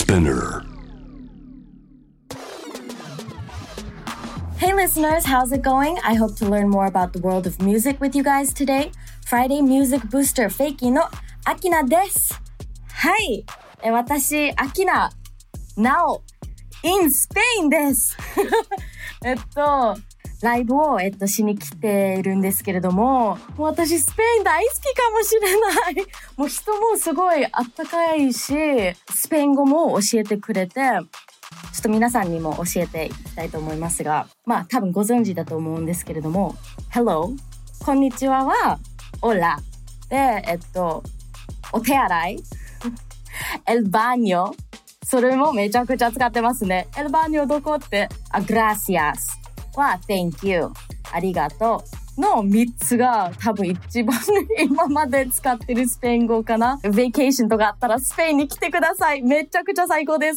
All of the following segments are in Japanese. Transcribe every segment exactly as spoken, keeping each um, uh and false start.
Spinner. Hey listeners, how's it going? I hope to learn more about the world of music with you guys today. Friday Music Booster フェイキーのアキナです。はい、え私アキナ、なお in スペインです。えっとライブを、えっと、しに来ているんですけれども、もう私スペイン大好きかもしれない。もう人もすごいあったかいし、スペイン語も教えてくれて、ちょっと皆さんにも教えていきたいと思いますが、まあ多分ご存知だと思うんですけれども、Hello、こんにちはは、Hola。で、えっと、お手洗いEl baño。それもめちゃくちゃ使ってますね。El baño どこって、あ、Gracias。は Thank you ありがとうのみっつが多分一番今まで使ってるスペイン語かな。ベイケーションとかあったらスペインに来てください。めちゃくちゃ最高です。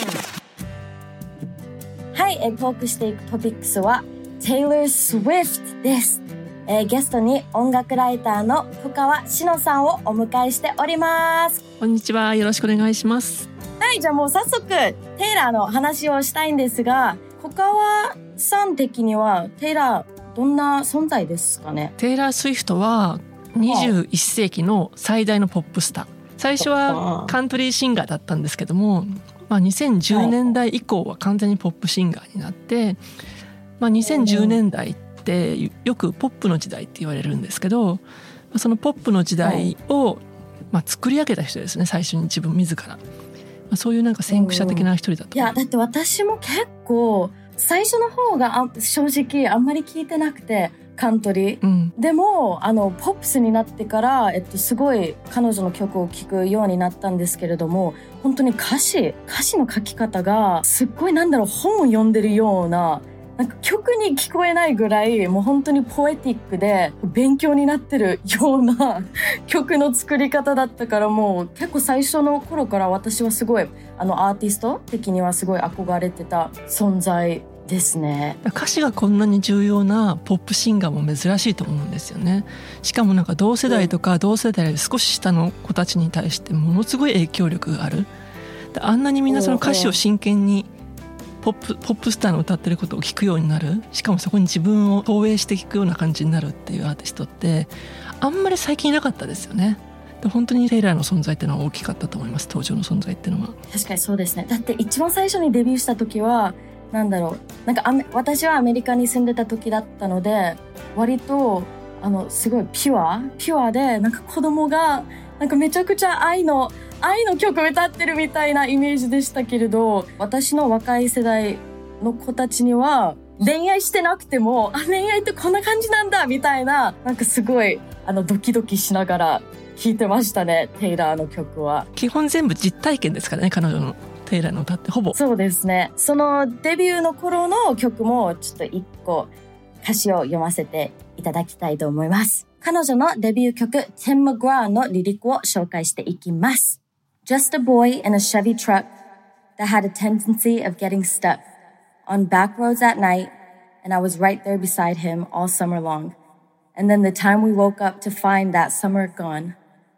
はい、えトークしていくトピックスは Taylor Swift です。えー、ゲストに音楽ライターの小川志乃さんをお迎えしております。 こんにちは、よろしくお願いします。 はい、じゃあもう早速テイラーの話をしたいんですが、小川さん的にはテイラーどんな存在ですかね。 テイラー・スウィフトはにじゅういっ世紀の最大のポップスター。最初はカントリーシンガーだったんですけども、まあ、にせんじゅうねんだい以降は完全にポップシンガーになって、まあ、にせんじゅうねんだいってよくポップの時代って言われるんですけど、そのポップの時代をまあ作り上げた人ですね。最初に自分自らそういうなんか先駆者的な一人だと。 いやだって私も結構最初の方が正直あんまり聞いてなくてカントリー、うん、でもあのポップスになってから、えっと、すごい彼女の曲を聴くようになったんですけれども、本当に歌詞歌詞の書き方がすっごいなんだろう、本を読んでるような、なんか曲に聞こえないぐらいもう本当にポエティックで勉強になってるような曲の作り方だったから、もう結構最初の頃から私はすごいあのアーティスト的にはすごい憧れてた存在ですね。 歌詞がこんなに重要なポップシンガーも珍しいと思うんですよね。しかもなんか同世代とか同世代より少し下の子たちに対してものすごい影響力がある。あんなにみんなその歌詞を真剣にポップ、ポップスターの歌ってることを聞くようになる、しかもそこに自分を投影して聞くような感じになるっていうアーティストってあんまり最近いなかったですよね。で本当にテイラーの存在っていうのは大きかったと思います。登場の存在っていうのは確かにそうですね。だって一番最初にデビューした時はなんだろう、なんかアメ私はアメリカに住んでた時だったので、割とあのすごいピュアピュアで、なんか子供がなんかめちゃくちゃ愛の愛の曲歌ってるみたいなイメージでしたけれど、私の若い世代の子たちには恋愛してなくても、あ、恋愛ってこんな感じなんだみたいな、なんかすごいあのドキドキしながら聴いてましたね。テイラーの曲は基本全部実体験ですからね、彼女のテイラーの歌ってほぼ。 そうですね。そのデビューの頃の曲もちょっと一個歌詞を読ませていただきたいと思います。彼女のデビュー曲 Tim McGraw のリリックを紹介していきます。Just a boy in a Chevy truck that had a tendency of getting stuck on back roads at night, and I was right there beside him all summer long. And then the time we woke up to find that summer gone.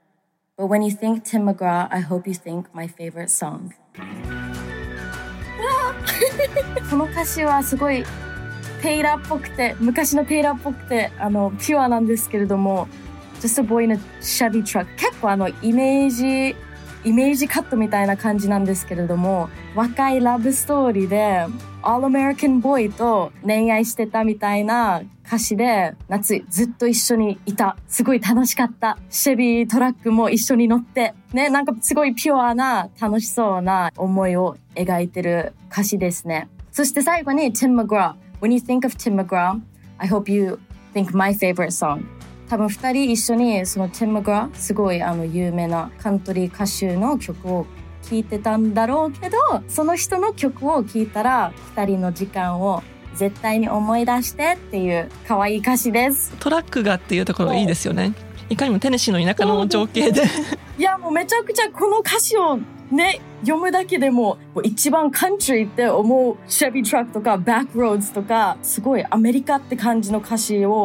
But when you think Tim McGraw, I hope you think my favorite song. この歌詞はすごいテイラーっぽくて、昔のテイラーっぽくて、あのピュアなんですけれども、Just a boy in a Chevy truck、 結構あのイメージイメージカットみたいな感じなんですけれども、若いラブストーリーで All American Boy と恋愛してたみたいな歌詞で、夏ずっと一緒にいた、すごい楽しかった、シェビートラックも一緒に乗ってね、なんかすごいピュアな楽しそうな思いを描いてる歌詞ですね。そして最後に Tim McGraw、 When you think of Tim McGraw, I hope you think my favorite song。多分二人一緒にそのティム・マグラー、すごいあの有名なカントリー歌手の曲を聴いてたんだろうけど、その人の曲を聴いたら二人の時間を絶対に思い出してっていう可愛い歌詞です。 トラックがっていうところがいいですよね。いかにもテネシーの田舎の情景でいやもうめちゃくちゃこの歌詞をね読むだけでももう一番カントリーって思うシェビートラックとかバックロードとか、すごいアメリカって感じの歌詞を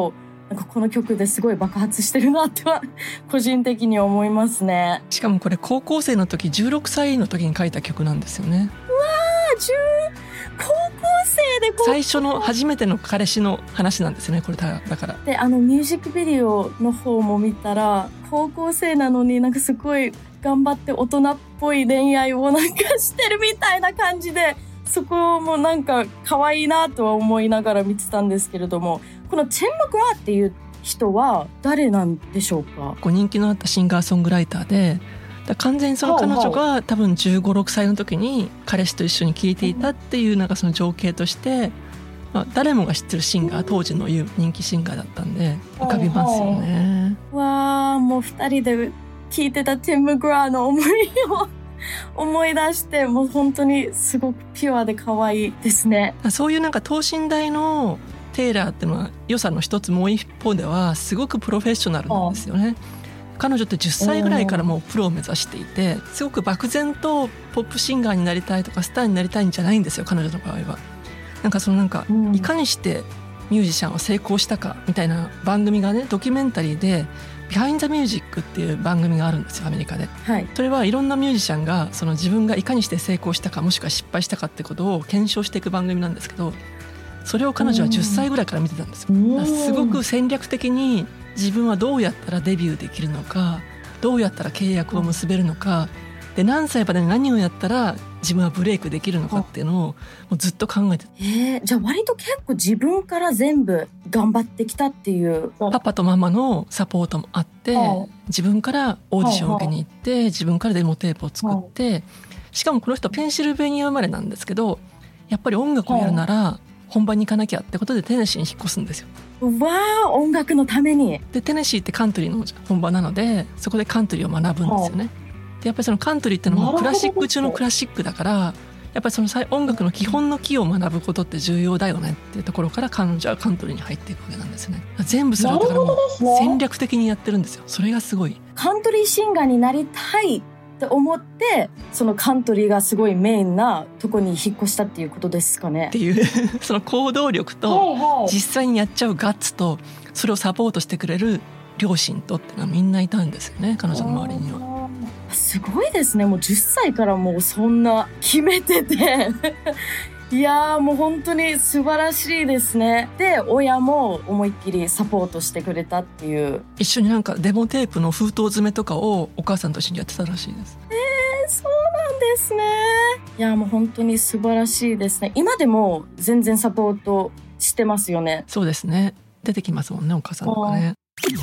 なんかこの曲ですごい爆発してるなっては個人的に思いますね。 しかもこれ高校生の時じゅうろくさいの時に書いた曲なんですよね。 うわー、じゅう高校生で高校最初の初めての彼氏の話なんですよね、これだからで、あのミュージックビデオの方も見たら高校生なのになんかすごい頑張って大人っぽい恋愛をなんかしてるみたいな感じで、そこもなんか可愛いなとは思いながら見てたんですけれども、このチェンム・グラーっていう人は誰なんでしょうか？ こう人気のあったシンガーソングライターで、だ完全にその彼女が多分じゅうご、ろくさいの時に彼氏と一緒に聴いていたっていうなんかその情景として、まあ、誰もが知ってるシンガー、当時の人気シンガーだったんで浮かびますよね。 わー、もう二人で聴いてたチェンム・グラーの思いを思い出して、もう本当にすごくピュアで可愛いですね。 そういうなんか等身大のテイラーっていうのは良さの一つ、もう一方ではすごくプロフェッショナルなんですよね。彼女ってじゅっさいぐらいからもうプロを目指していて、すごく漠然とポップシンガーになりたいとかスターになりたいんじゃないんですよ、彼女の場合は。なんかそのなんかいかにしてミュージシャンは成功したかみたいな番組がね、ドキュメンタリーでビハインザミュージックっていう番組があるんですよ、アメリカで、はい、それはいろんなミュージシャンがその自分がいかにして成功したかもしくは失敗したかってことを検証していく番組なんですけど、それを彼女はじゅっさいぐらいから見てたんですよ。すごく戦略的に自分はどうやったらデビューできるのか、どうやったら契約を結べるのかで、何歳まで何をやったら自分はブレイクできるのかっていうのをもうずっと考えてた。 えー、じゃあ割と結構自分から全部頑張ってきたっていう。 パパとママのサポートもあって、自分からオーディションを受けに行って、自分からデモテープを作って、しかもこの人ペンシルベニア生まれなんですけど、やっぱり音楽をやるなら本場に行かなきゃってことでテネシーに引っ越すんですよ。 わあ、音楽のために。 でテネシーってカントリーの本場なので、そこでカントリーを学ぶんですよね。でやっぱりそのカントリーってのもクラシック中のクラシックだから、やっぱりその音楽の基本のキーを学ぶことって重要だよねっていうところから彼女はカントリーに入っていくわけなんですね。全部それをだからもう戦略的にやってるんですよ。それがすごい。 カントリーシンガーになりたいって思って、そのカントリーがすごいメインなとこに引っ越したっていうことですかね。 っていうその行動力と実際にやっちゃうガッツと、それをサポートしてくれる両親とってのはみんないたんですよね、彼女の周りには。 すごいですね。もうじゅっさいからもうそんな決めてていやーもう本当に素晴らしいですね。で親も思いっきりサポートしてくれたっていう。 一緒になんかデモテープの封筒詰めとかをお母さんと一緒にやってたらしいです。 えー、そうなんですね。いやもう本当に素晴らしいですね。今でも全然サポートしてますよね。 そうですね、出てきますもんね、お母さんとかね。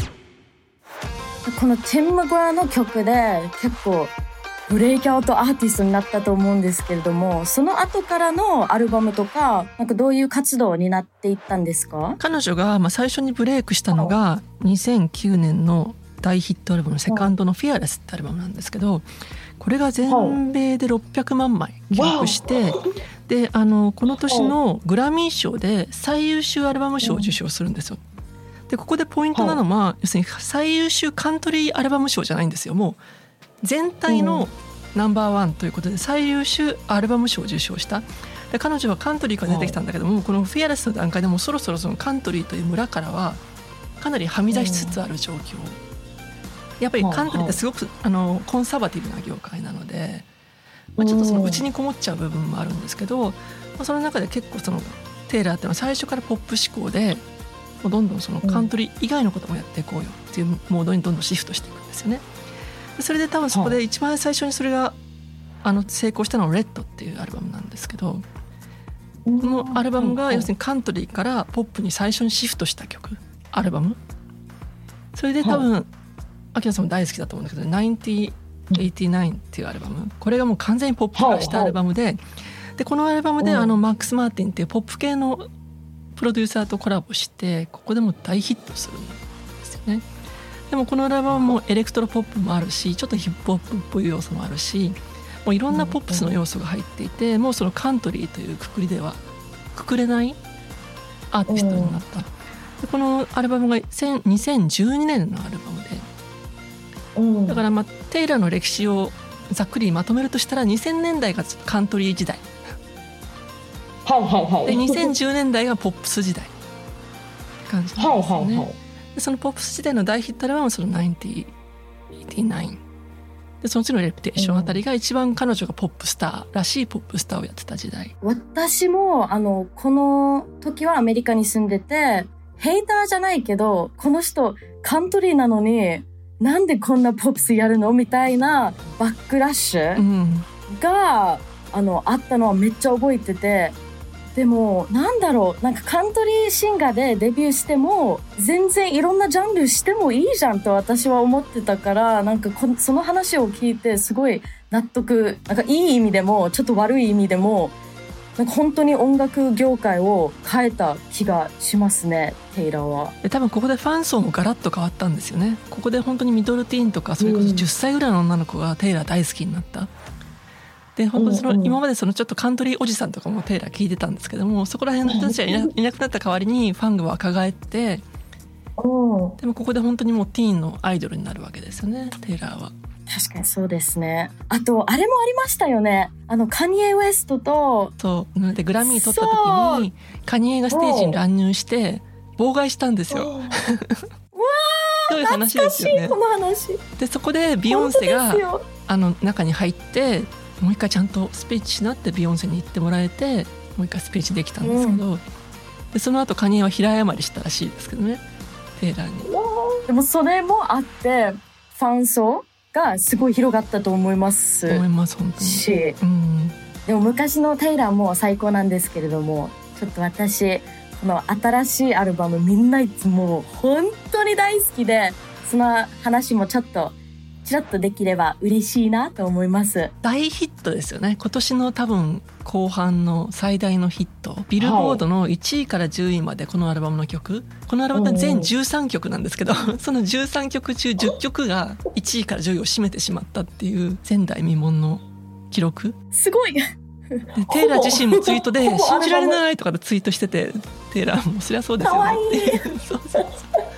このチェンム・グラの曲で結構ブレイクアウトアーティストになったと思うんですけれども、その後からのアルバムとかなんかどういう活動になっていったんですか？ 彼女がまあ最初にブレイクしたのがにせんきゅうねんの大ヒットアルバムセカンドのフィアレスってアルバムなんですけど、これが全米でろっぴゃくまんまい記録して、であのこの年のグラミー賞で最優秀アルバム賞を受賞するんですよ。でここでポイントなのは、要するに最優秀カントリーアルバム賞じゃないんですよ。もう全体のナンバーワンということで最優秀アルバム賞を受賞した。で彼女はカントリーから出てきたんだけども、このフィアレスの段階でもそろそろそのカントリーという村からはかなりはみ出しつつある状況。やっぱりカントリーってすごくあのコンサバティブな業界なので、まあ、ちょっとその内にこもっちゃう部分もあるんですけど、まあ、その中で結構そのテイラーっていうのは最初からポップ志向で、もうどんどんそのカントリー以外のこともやっていこうよっていうモードにどんどんシフトしていくんですよね。それで多分そこで一番最初にそれがあの成功したのはレッドっていうアルバムなんですけど、このアルバムが要するにカントリーからポップに最初にシフトした曲アルバム。それで多分アキナさんも大好きだと思うんだけどせんきゅうひゃくはちじゅうきゅうっていうアルバム、これがもう完全にポップ化したアルバムで、でこのアルバムであのマックス・マーティンっていうポップ系のプロデューサーとコラボして、ここでも大ヒットするんですよね。でもこのアルバムもエレクトロポップもあるし、ちょっとヒップホップっぽい要素もあるし、もういろんなポップスの要素が入っていて、もうそのカントリーというくくりではくくれないアーティストになった。でこのアルバムがにせんじゅうにねんのアルバムで、だからまあテイラーの歴史をざっくりまとめるとしたらにせんねんだいがカントリー時代、 はいはいはい、 でにせんじゅうねんだいがポップス時代って感じなんですよね。はいはいはい、 でそのポップス時代の大ヒットアルバムはそのせんきゅうひゃくはちじゅうきゅうでその次のレプテーションあたりが一番彼女がポップスターらしいポップスターをやってた時代。 私もあのこの時はアメリカに住んでて、ヘイターじゃないけどこの人カントリーなのになんでこんなポップスやるのみたいなバックラッシュが、うん、あのあったのはめっちゃ覚えてて、でもなんだろう、なんかカントリーシンガーでデビューしても全然いろんなジャンルしてもいいじゃんと私は思ってたから、なんかこその話を聞いてすごい納得、なんかいい意味でもちょっと悪い意味でもなんか本当に音楽業界を変えた気がしますね、テイラーは。 で多分ここでファン層もガラッと変わったんですよね。ここで本当にミドルティーンとかそれこそじゅっさいぐらいの女の子がテイラー大好きになった。で本当にその、うんうん、今までそのちょっとカントリーおじさんとかもテイラー聞いてたんですけども、そこら辺の人たちはいな、いなくなった代わりにファンが若返って、でもここで本当にもうティーンのアイドルになるわけですよね、テイラーは。 確かにそうですね。あとあれもありましたよね、あのカニエ・ウエストと。 そうでグラミー取った時にカニエがステージに乱入して妨害したんですよ。わー、話ですよね、懐かしいこの話。 でそこでビヨンセがあの中に入ってもう一回ちゃんとスピーチしなってビヨンセに言ってもらえて、もう一回スピーチできたんですけど、うん、でその後カニエは平謝りしたらしいですけどね、テイラーに。 でもそれもあってファン層がすごい広がったと思います思います本当にし、うん、 でも昔のテイラーも最高なんですけれども、ちょっと私この新しいアルバムみんないつも本当に大好きで、その話もちょっとちらっとできれば嬉しいなと思います。 大ヒットですよね、今年の多分後半の最大のヒット。ビルボードのいちいからじゅういまでこのアルバムの曲、このアルバムは全じゅうさんきょくなんですけど、そのじゅうさんきょく中じゅっきょくがいちいからじゅういを占めてしまったっていう前代未聞の記録。 すごい。でテイラー自身もツイートで信じられないとかでツイートしてて、テイラーもそりゃそうですよねっていう。そうそうそう、かわ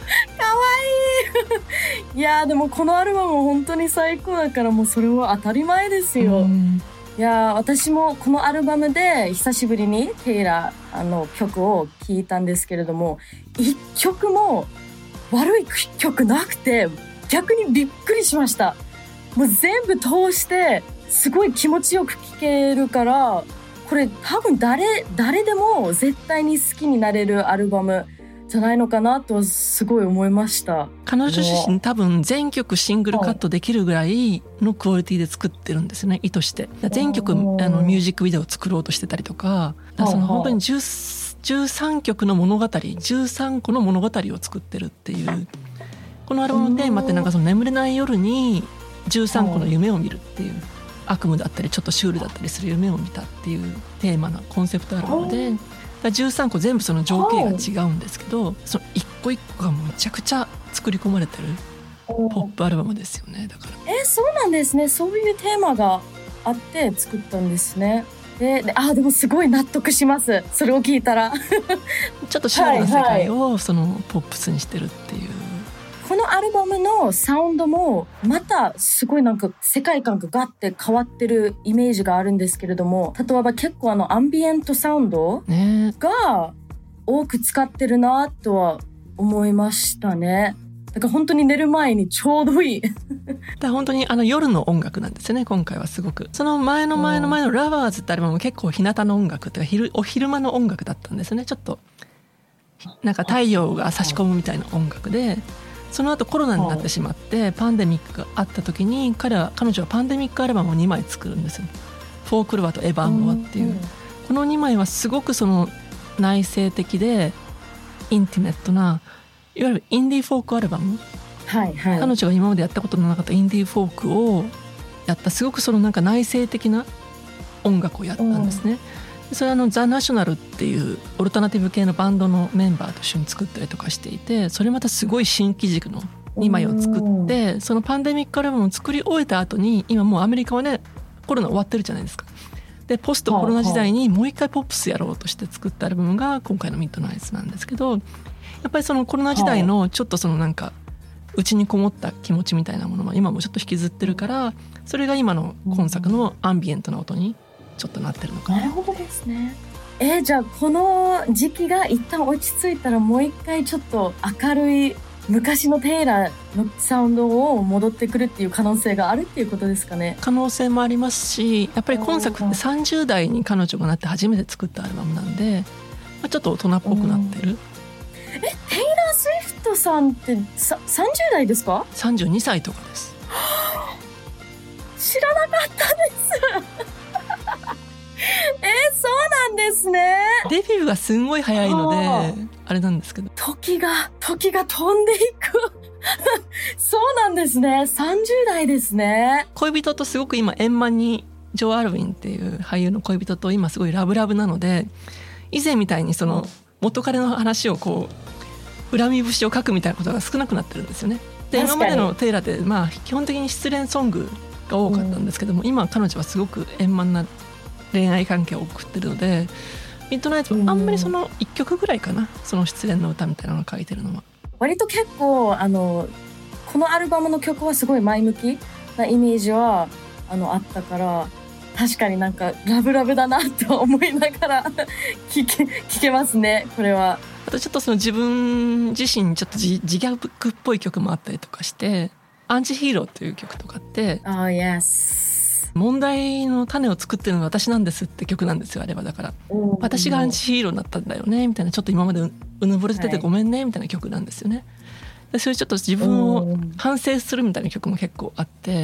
いい。いやでもこのアルバム本当に最高だから、もうそれは当たり前ですよ。いや私もこのアルバムで久しぶりにテイラーあの曲を聴いたんですけれども、一曲も悪い曲なくて逆にびっくりしました。もう全部通してすごい気持ちよく聴けるから、これ多分誰誰でも絶対に好きになれるアルバムじゃないのかなとすごい思いました。 彼女自身多分全曲シングルカットできるぐらいのクオリティで作ってるんですね、意図して。全曲あのミュージックビデオを作ろうとしてたりとか、だからその本当にじゅうさんきょくの物語、じゅうさんこの物語を作ってるっていう。このアルバムのテーマってなんかその眠れない夜にじゅうさんこの夢を見るっていう、悪夢だったりちょっとシュールだったりする夢を見たっていうテーマのコンセプトアルバムで、だじゅうさんこ全部その情景が違うんですけど、その一個一個がむちゃくちゃ作り込まれてるポップアルバムですよね。だからえそうなんですね、そういうテーマがあって作ったんですね。でであでもすごい納得します、それを聞いたらちょっとシュールな世界をそのポップスにしてるっていう、はいはい、 このアルバムのサウンドもまたすごいなんか世界観がガッて変わってるイメージがあるんですけれども、例えば結構あのアンビエントサウンドが多く使ってるなとは思いましたね。だから本当に寝る前にちょうどいいだ本当にあの夜の音楽なんですよね、今回はすごく。その前の前の前のラバーズってアルバムも結構日向の音楽っていうか昼お昼間の音楽だったんですね。ちょっとなんか太陽が差し込むみたいな音楽で、その後コロナになってしまってパンデミックがあった時に彼は彼女はパンデミックアルバムをにまい作るんですよ。フォークルワとエヴァンゴアっていう、このにまいはすごくその内省的でインティメットないわゆるインディーフォークアルバム、はいはい、彼女が今までやったことのなかったインディーフォークをやった、すごくそのなんか内省的な音楽をやったんですね。それはあのザ・ナショナルっていうオルタナティブ系のバンドのメンバーと一緒に作ったりとかしていて、それまたすごい新機軸のにまいを作って、そのパンデミックアルバムを作り終えた後に、今もうアメリカはねコロナ終わってるじゃないですか。でポストコロナ時代にもう一回ポップスやろうとして作ったアルバムが今回のミッドナイツなんですけど、やっぱりそのコロナ時代のちょっとそのなんか内にこもった気持ちみたいなものも今もちょっと引きずってるから、それが今の今作のアンビエントな音にちょっとなってるのかな。 なるほどですね。えー、じゃあこの時期が一旦落ち着いたらもう一回ちょっと明るい昔のテイラーのサウンドを戻ってくるっていう可能性があるっていうことですかね。 可能性もありますし、やっぱり今作ってさんじゅう代に彼女がなって初めて作ったアルバムなんで、まあ、ちょっと大人っぽくなってる。 え、テイラー・スウィフトさんってささんじゅう代ですか？ さんじゅうにさいとかです。 知らなかったですえー、そうなんですね。 デビューがすんごい早いのであれなんですけど、 時が時が飛んでいくそうなんですね。さんじゅう代ですね。 恋人とすごく今円満に、ジョー・アルウィンっていう俳優の恋人と今すごいラブラブなので、以前みたいにその元彼の話をこう恨み節を書くみたいなことが少なくなってるんですよね。で、今までのテイラーってまあ基本的に失恋ソングが多かったんですけども、うん、今彼女はすごく円満な恋愛関係を送ってるので、ミッドナイトはあんまりそのいっきょくぐらいかな、その失恋の歌みたいなのを書いてるのは。 割と結構あのこのアルバムの曲はすごい前向きなイメージはあのあったから、確かになんかラブラブだなと思いながら聞け、聞けますね、これは。 あとちょっとその自分自身ちょっと自虐っぽい曲もあったりとかして、アンチヒーローという曲とかって、 あー、yes、 問題の種を作ってるのは私なんですって曲なんですよ、あれは。だから私がアンチヒーローになったんだよねみたいな、ちょっと今までうぬぼれててごめんねみたいな曲なんですよね。でそれちょっと自分を反省するみたいな曲も結構あって、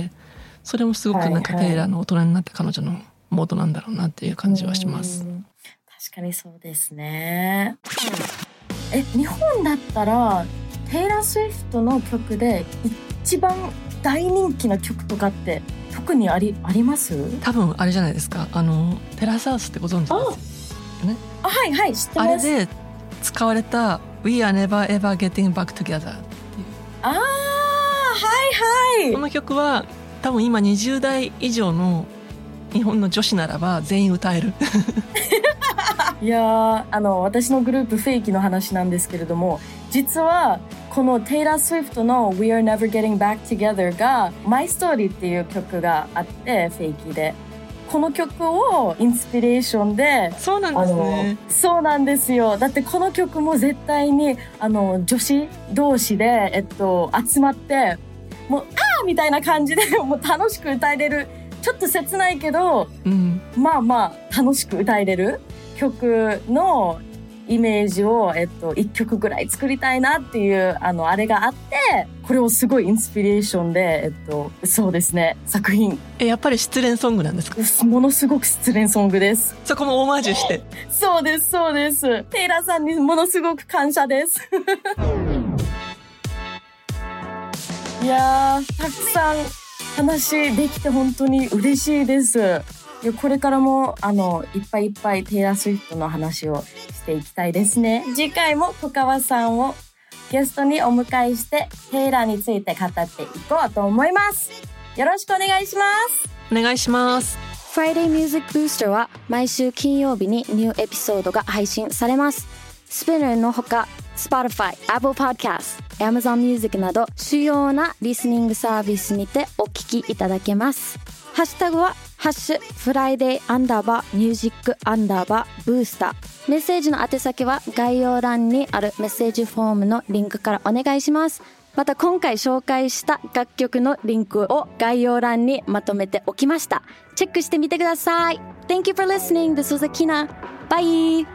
それもすごくなんかテイラーの大人になった彼女のモードなんだろうなっていう感じはします。 確かにそうですね。え、日本だったらテイラー・スウィフトの曲で一番大人気な曲とかって特にあり、あります？ 多分あれじゃないですか、あのテラスハウスってご存知ですよね。 あ、はいはい、知ってます。 あれで使われた We are never ever getting back together っていう、 あー、はいはい、 この曲は多分今にじゅう代以上の日本の女子ならば全員歌えるいやー、あの私のグループフェイキの話なんですけれども、実はこのテイラー・スウィフトの We are never getting back together が My Story っていう曲があって、フェイキでこの曲をインスピレーションで。 そうなんですね。 そうなんですよ。だってこの曲も絶対にあの女子同士で、えっと、集まってもうあーみたいな感じでもう楽しく歌えれる、ちょっと切ないけど、うん、まあまあ楽しく歌えれる曲のイメージを、えっと、いっきょくぐらい作りたいなっていうあのあれがあって、これをすごいインスピレーションで、えっと、そうですね、作品。 え、やっぱり失恋ソングなんですか？ ものすごく失恋ソングです。 そこもオマージュしてそうですそうです。テイラーさんにものすごく感謝ですいやー、たくさん話できて本当に嬉しいです。これからもあのいっぱいいっぱいテイラー・スウィフトの話をしていきたいですね。次回も小川さんをゲストにお迎えしてテイラーについて語っていこうと思います。よろしくお願いします。 お願いします。 Friday Music Booster は毎週金曜日にニューエピソードが配信されます。スピナーのほか Spotify、Apple Podcast、Amazon Music など主要なリスニングサービスにてお聞きいただけます。ハッシュタグはハッシュフライデーアンダーバーミュージックアンダーバーブースター。メッセージの宛先は概要欄にあるメッセージフォームのリンクからお願いします。また今回紹介した楽曲のリンクを概要欄にまとめておきました。チェックしてみてください。 Thank you for listening. This was Akina. Bye.